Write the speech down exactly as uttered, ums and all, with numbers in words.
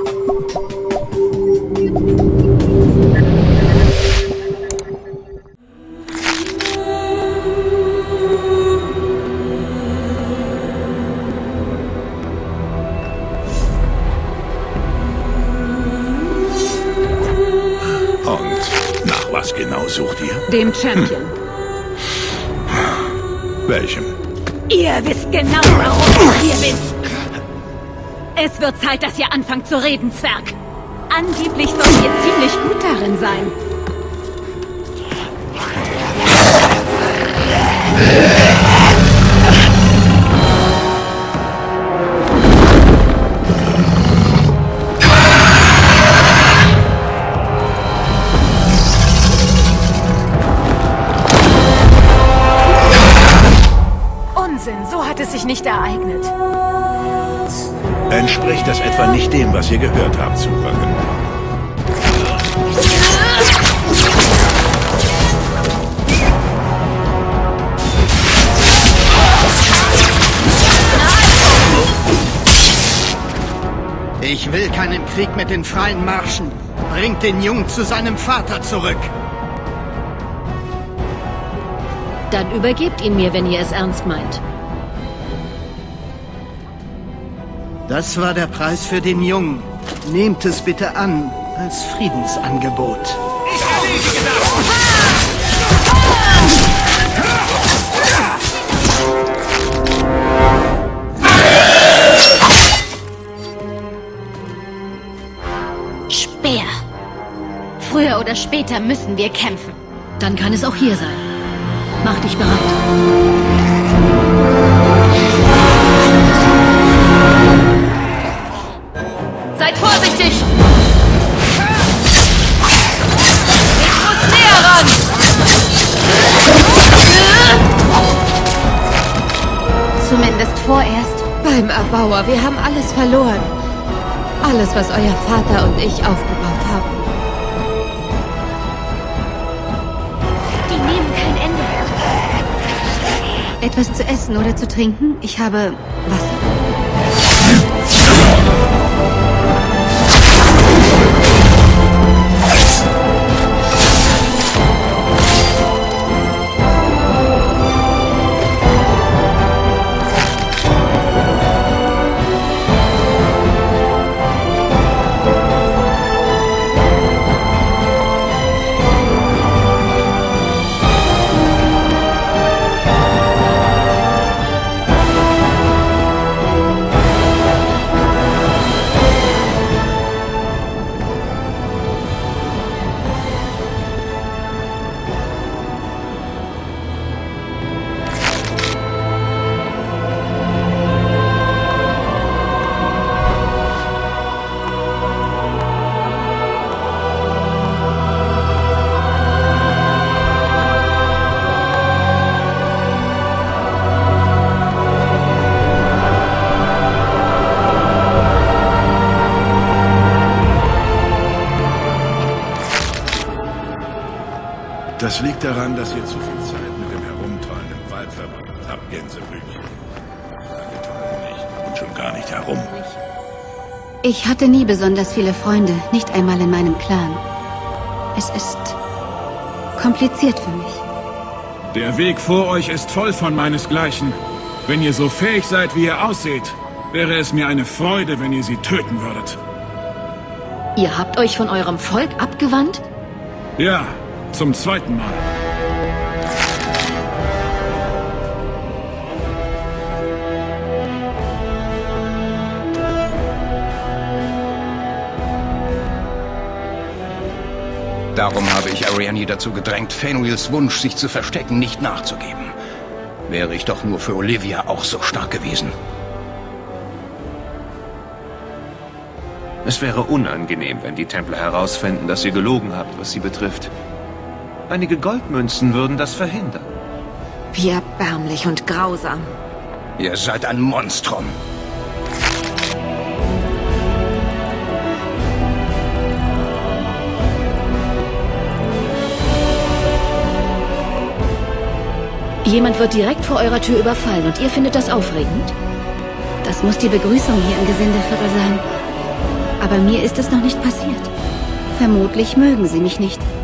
Was genau sucht ihr? Dem Champion. Welchem? Ihr wisst genau, warum ich hier bin. Es wird Zeit, dass ihr anfangt zu reden, Zwerg. Angeblich sollt ihr ziemlich gut darin sein. So hat es sich nicht ereignet. Entspricht das etwa nicht dem, was ihr gehört habt, Supergen? Ich will keinen Krieg mit den Freien Marschen. Bringt den Jungen zu seinem Vater zurück. Dann übergebt ihn mir, wenn ihr es ernst meint. Das war der Preis für den Jungen. Nehmt es bitte an, als Friedensangebot. Ich erledige das! Speer. Früher oder später müssen wir kämpfen. Dann kann es auch hier sein. Mach dich bereit. Seid vorsichtig! Ich muss näher ran! Zumindest vorerst. Beim Erbauer, wir haben alles verloren. Alles, was euer Vater und ich aufgebaut haben. Die nehmen kein Ende. Etwas zu essen oder zu trinken? Ich habe Wasser. Das liegt daran, dass ihr zu viel Zeit mit dem Herumtollen im Wald verbracht habt, Gänseblümchen. Wir tollen nicht und schon gar nicht herum. Ich hatte nie besonders viele Freunde, nicht einmal in meinem Clan. Es ist kompliziert für mich. Der Weg vor euch ist voll von meinesgleichen. Wenn ihr so fähig seid, wie ihr ausseht, wäre es mir eine Freude, wenn ihr sie töten würdet. Ihr habt euch von eurem Volk abgewandt? Ja, zum zweiten Mal. Darum habe ich Arianni dazu gedrängt, Fenwils Wunsch, sich zu verstecken, nicht nachzugeben. Wäre ich doch nur für Olivia auch so stark gewesen. Es wäre unangenehm, wenn die Templer herausfinden, dass ihr gelogen habt, was sie betrifft. Einige Goldmünzen würden das verhindern. Wie erbärmlich und grausam. Ihr seid ein Monstrum. Jemand wird direkt vor eurer Tür überfallen und ihr findet das aufregend? Das muss die Begrüßung hier im Gesindeviertel sein. Aber Aber mir ist es noch nicht passiert. Vermutlich mögen sie mich nicht.